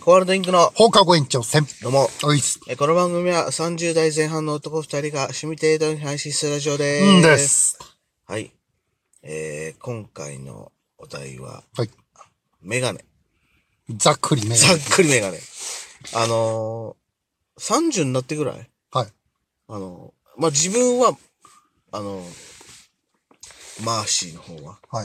コアルドインクの放課後延長戦。 どうも。 おいっす。 この番組は30代前半の男2人が趣味程度に配信するラジオでーす。 です。 はい。今回のお題は、 はい。 メガネ。 ざっくりメガネ。 ざっくりメガネ。30になってぐらいはい。 自分は、マーシーの方は、 はい。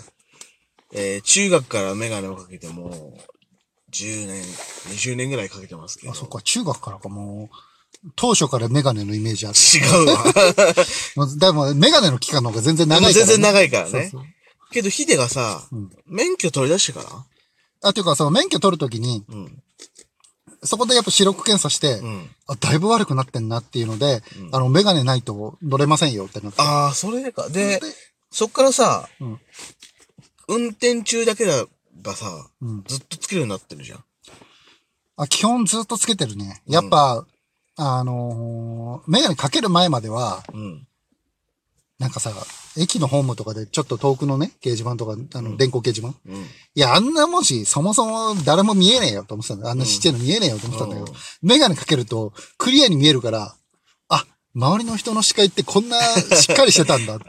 中学からメガネをかけても、10年、20年ぐらいかけてますけど。 あ、そっか、中学からかもう、当初からメガネのイメージある。 違うわ。 でも、メガネの期間の方が全然長いから、ね。 全然長いからね。 そうそう。 けど、ヒデがさ、免許取り出してからっていうか、その免許取るときに、そこでやっぱ視力検査して、だいぶ悪くなってんなっていうので、メガネないと乗れませんよってなって。 ああ、それか。で、そっからさ、運転中だけがさ、ずっとつけるようになってるじゃん。 基本ずっとつけてるね。やっぱ、メガネかける前までは、なんかさ、駅のホームとかでちょっと遠くのね、掲示板とか、電光掲示板、いや、あんな文字、そもそも誰も見えねえよと思ってたんだ。あんなちっちゃいの見えねえよと思ってたんだけど、メガネかけると、クリアに見えるから、あ、周りの人の視界ってこんなしっかりしてたんだって。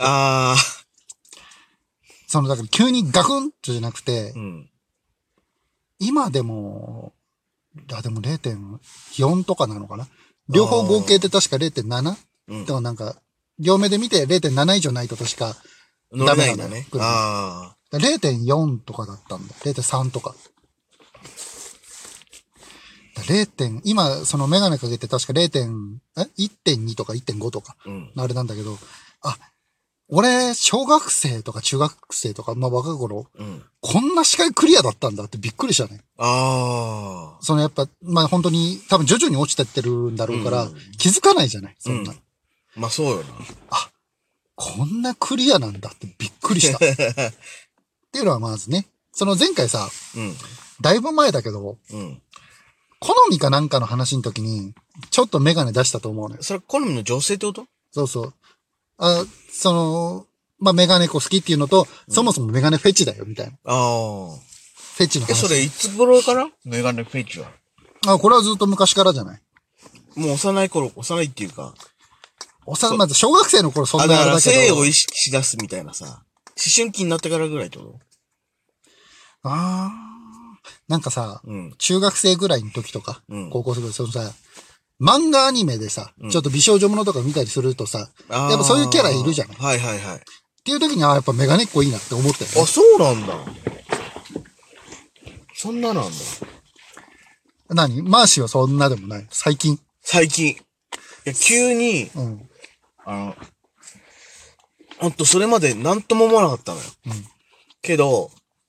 だから急にガクンとじゃなくて、今でも、でも 0.4 とかなのかな、両方合計で確か 0.7? でもなんか、両目で見て 0.7 以上ないと確かダメなんだね。0.4 とかだったんだ。0.3 とか。今、そのメガネかけて確か 1.2 とか 1.5 とか、あれなんだけど、俺、小学生とか中学生とか、若い頃、こんな視界クリアだったんだってびっくりしたね。やっぱ、本当に多分徐々に落ちてってるんだろうから、気づかないじゃない、そんな。 そうよな。 こんなクリアなんだってびっくりした。っていうのはまずね、その前回さ、だいぶ前だけど、好みかなんかの話の時に、ちょっとメガネ出したと思うのよ。 それ好みの女性ってこと？ そうそう。メガネ子好きっていうのと、そもそもメガネフェチだよ、みたいな。フェチの話。 それいつ頃からメガネフェチは。 これはずっと昔からじゃない。 もう幼いっていうか。 まず小学生の頃そんなあれだけど。 性を意識しだすみたいなさ。思春期になってからぐらいってこと？ なんかさ、中学生ぐらいの時とか、高校生ぐらい、漫画アニメでさ、ちょっと美少女ものとか見たりするとさ、やっぱそういうキャラいるじゃない。 はいはいはい。 っていう時にやっぱメガネっ子いいなって思ってる、ね。 そうなんだ。そんななんだ。 マーシーはそんなでもない。最近。 いや、急に、ほんとそれまでなんとも思わなかったのよ。けど、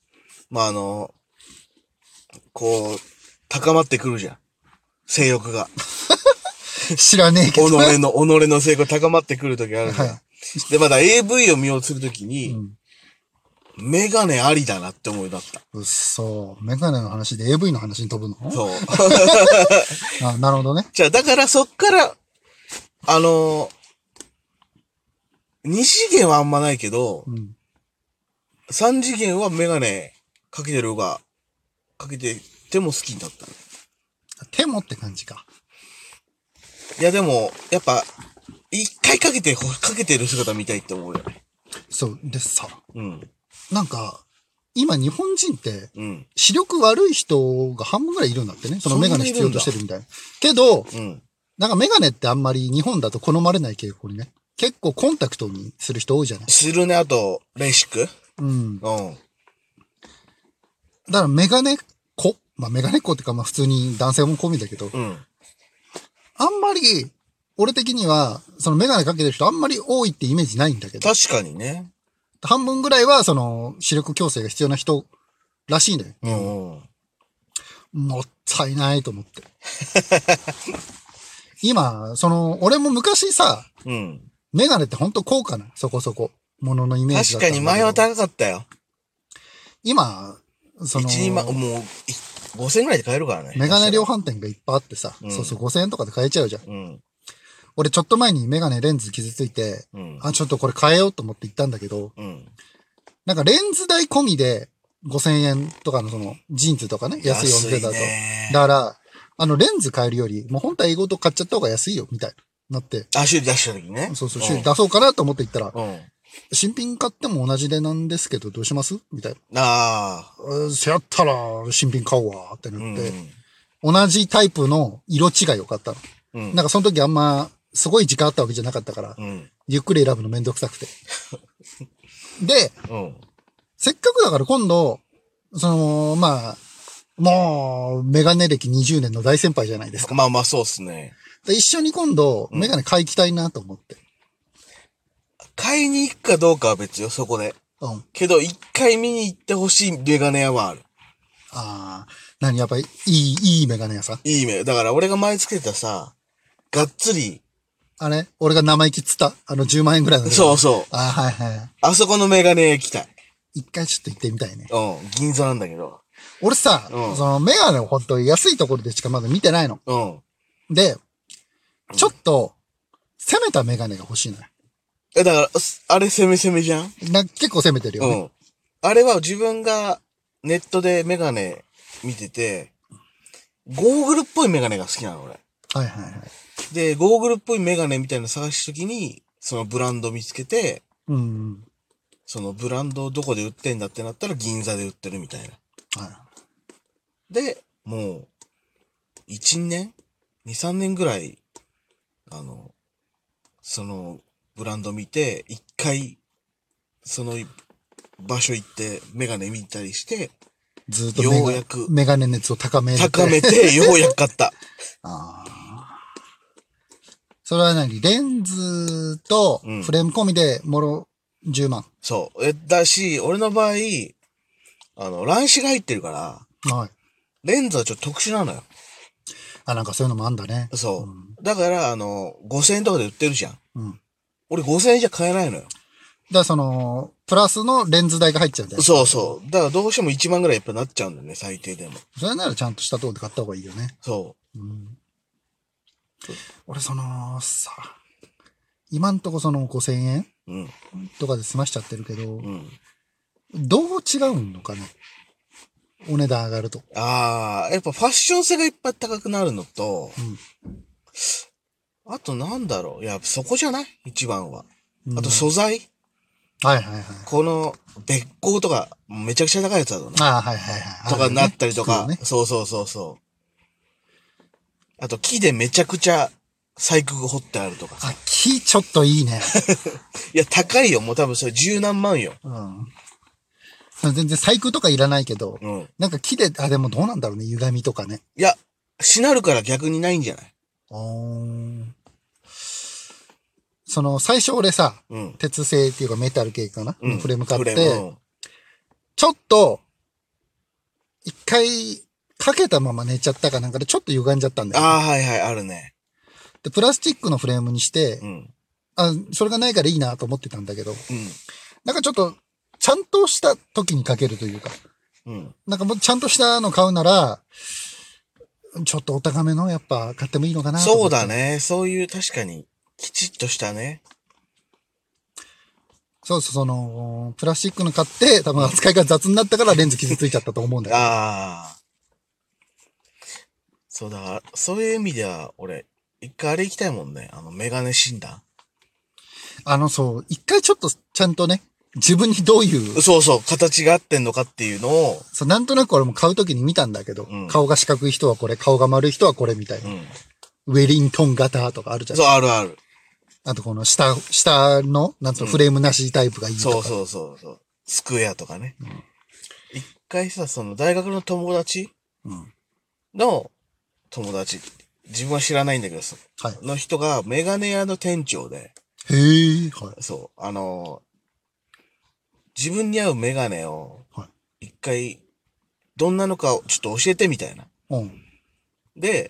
高まってくるじゃん。性欲が。 知らねえけど。 己の性欲が高まってくるときあるじゃん。で、まだ AV を見ようとするときに、メガネありだなって思いだった。 メガネの話で AV の話に飛ぶの？ そう。 なるほどね。 じゃあ、だからそっから、2次元はあんまないけど、3次元はメガネかけてても好きになった。 手もって感じか。 いやでも、やっぱ、一回かけてる姿見たいって思うよね。 そうでさ、なんか、今日本人って、視力悪い人が半分ぐらいいるんだってね。そのメガネ必要としてるみたいな。けど、なんかメガネってあんまり日本だと好まれない傾向にね。結構コンタクトにする人多いじゃない。 するね、あと、レーシック？ だからメガネ子？メガネ子ってか普通に男性も込みだけど、あんまり、俺的には、そのメガネかけてる人あんまり多いってイメージないんだけど。 確かにね。 半分ぐらいは、視力矯正が必要な人らしいんだよ。もったいないと思って。今、俺も昔さ、メガネってほんと高価な、そこそこ、もののイメージだったんだけど。 確かに前は高かったよ。 今、 1、2万、もう、5000円ぐらいで買えるからね。 メガネ量販店がいっぱいあってさ、5000円とかで買えちゃうじゃん。俺ちょっと前にメガネレンズ傷ついて、ちょっとこれ変えようと思って行ったんだけど、なんかレンズ代込みで 5000円とかのその、ジーンズとかね、安いお店だと。 安いね。 だから、レンズ買えるより、もう本体ごと買っちゃった方が安いよ、みたいな。なって。 修理出した時にね。 そう、修理出そうかなと思って行ったら、 うん。 新品買っても同じ値段ですけど、どうしますみたいな。 ああ。せやったら、新品買うわ、ってなって、同じタイプの色違いを買ったの。なんかその時あんま、すごい時間あったわけじゃなかったから、ゆっくり選ぶのめんどくさくて。で、せっかくだから今度、まあ、もう、メガネ歴20年の大先輩じゃないですか。 まあまあそうっすね。 一緒に今度、メガネ買いきたいなと思って。 買いに行くかどうかは別よ、そこで。けど、一回見に行ってほしいメガネ屋はある。 ああ、やっぱりいいメガネ屋さん？ いいメガネ。だから俺が前つけてたさ、がっつり。 俺が生意気っつった10万円ぐらいの。 そうそう。 はいはい。 あそこのメガネ屋行きたい。 一回ちょっと行ってみたいね。 銀座なんだけど。 俺さ、メガネをほんと安いところでしかまだ見てないの。で、ちょっと、攻めたメガネが欲しいのよ。 だから、あれ攻めじゃん？ 結構攻めてるよね。 あれは自分がネットでメガネ見てて、ゴーグルっぽいメガネが好きなの、俺。 はいはいはい。 で、ゴーグルっぽいメガネみたいなの探すときに、そのブランド見つけて、そのブランドをどこで売ってんだってなったら銀座で売ってるみたいな。はい。で、もう、1年 ?2、3年ぐらい、そのブランド見て、一回、その場所行ってメガネ見たりして、 ずっとようやくメガネ熱を高めて、 ようやく買った。 それは何？レンズとフレーム込みでもろ10万。 そう。だし、俺の場合、乱視が入ってるから、はい。レンズはちょっと特殊なのよ。 なんかそういうのもあんだね。 そう。だから、5000円とかで売ってるじゃん。俺5000円じゃ買えないのよ。 だからプラスのレンズ代が入っちゃうんだよ。 そうそう。だからどうしても1万ぐらいやっぱなっちゃうんだよね、最低でも。 それならちゃんとしたとこで買った方がいいよね。 そう。 俺今んとこ5000円とかで済ましちゃってるけど、どう違うのかね。お値段上がると。 やっぱファッション性がいっぱい高くなるのと、あとなんだろう。いや、そこじゃない？一番は。あと素材。 はいはいはい。 この、べっこうとか、めちゃくちゃ高いやつだとね。 はいはいはい。 とかなったりとか。そうそうそうそう。あと木でめちゃくちゃ細工が彫ってあるとかさ。 木ちょっといいね。 いや、高いよ。もう多分それ10何万よ。 全然細工とかいらないけど、なんか木で、でもどうなんだろうね、歪みとかね。 いや、しなるから逆にないんじゃない？ 最初俺さ、鉄製っていうかメタル系かな、フレーム買って、ちょっと、一回かけたまま寝ちゃったかなんかでちょっと歪んじゃったんだよ、ね。 はいはい、あるね。 で、プラスチックのフレームにして、それがないからいいなと思ってたんだけど、なんかちょっと、ちゃんとした時にかけるというか、なんかもうちゃんとしたの買うなら、ちょっとお高めのやっぱ買ってもいいのかなと思って。 そうだね。そういう確かに、きちっとしたね。 そうそう、プラスチックの買って、多分扱いが雑になったからレンズ傷ついちゃったと思うんだけど。 そうだから、そういう意味では、俺、一回あれ行きたいもんね。メガネ診断。 一回ちょっとちゃんとね、自分にどういう。 そうそう、形が合ってんのかっていうのを。 そう、なんとなく俺も買うときに見たんだけど、顔が四角い人はこれ、顔が丸い人はこれみたいな。ウェリントン型とかあるじゃん。 そう、あるある。 あとこの下の、なんつうの、フレームなしタイプがいいとか。 そう。スクエアとかね。一回さ、大学の友達の友達、自分は知らないんだけどさ、の人がメガネ屋の店長で。そう、自分に合うメガネを、一回、どんなのかをちょっと教えてみたいな。で、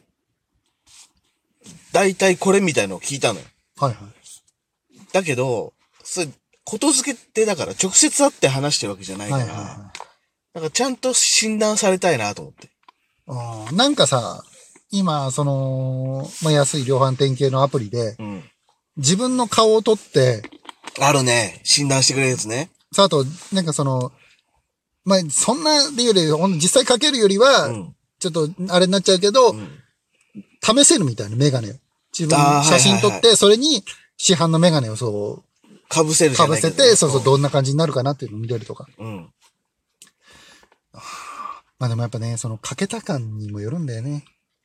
大体これみたいのを聞いたのよ。だけど、ことづけってだから直接会って話してるわけじゃないから、なんかちゃんと診断されたいなと思って。 なんかさ、今、安い量販店系のアプリで、自分の顔を撮って、 あるね。診断してくれるやつね。 あと、なんかまあ、そんなでより、実際かけるよりは、ちょっと、あれになっちゃうけど、試せるみたいなメガネを。自分写真撮って、それに市販のメガネをそう、 かぶせるじゃないけどね。 かぶせて、そうそう、どんな感じになるかなっていうのを見れるとか。まあでもやっぱね、そのかけた感にもよるんだよね。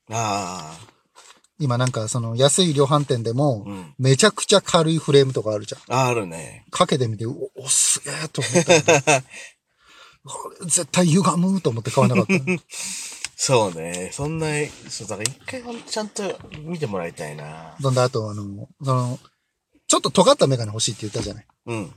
今なんかその安い量販店でも、めちゃくちゃ軽いフレームとかあるじゃん。 あるね。 かけてみて、お、すげえと思った、ね。絶対歪むと思って買わなかった。 そうね。そんな、そう、だから一回ちゃんと見てもらいたいな。 そんで、あとちょっと尖ったメガネ欲しいって言ったじゃない。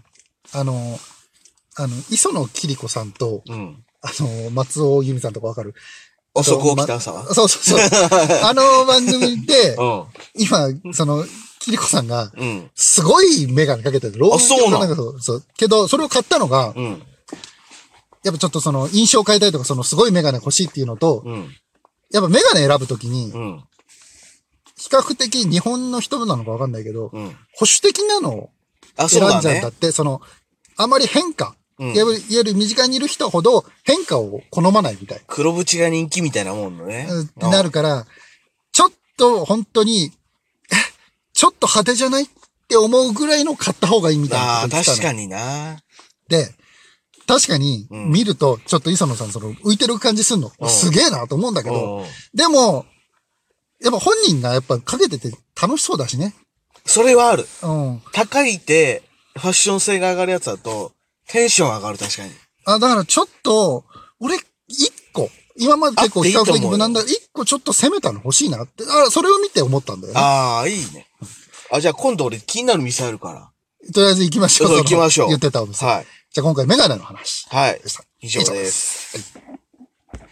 磯野桐子さんと、松尾由美さんとかわかる？ 遅く起きた朝は、 そうそうそう。番組で、今、桐子さんが、すごいメガネかけてる。 あ、そうなの？ そう。けど、それを買ったのが、やっぱちょっと印象を変えたいとか、すごいメガネ欲しいっていうのと、やっぱメガネ選ぶときに、比較的日本の人なのかわかんないけど、保守的なのを選んじゃうんだって、あまり変化、いわゆる身近にいる人ほど変化を好まないみたい。 黒縁が人気みたいなもんのね。 ってなるから、ちょっと本当に、ちょっと派手じゃないって思うぐらいの買った方がいいみたいなこと言ってたの。 確かにな。 で、確かに見ると、ちょっと磯野さん浮いてる感じすんの。すげえなと思うんだけど、でも、やっぱ本人がやっぱかけてて楽しそうだしね。 それはある。高いて、ファッション性が上がるやつだと、テンション上がる、確かに。 だからちょっと、俺、一個、今まで結構比較的無難だ、一個ちょっと攻めたの欲しいなって、それを見て思ったんだよね。 いいね。じゃあ今度俺気になる店あるから。 とりあえず行きましょう。 行きましょう。 言ってたお店。はい。じゃあ今回メガネの話。 はい。以上です。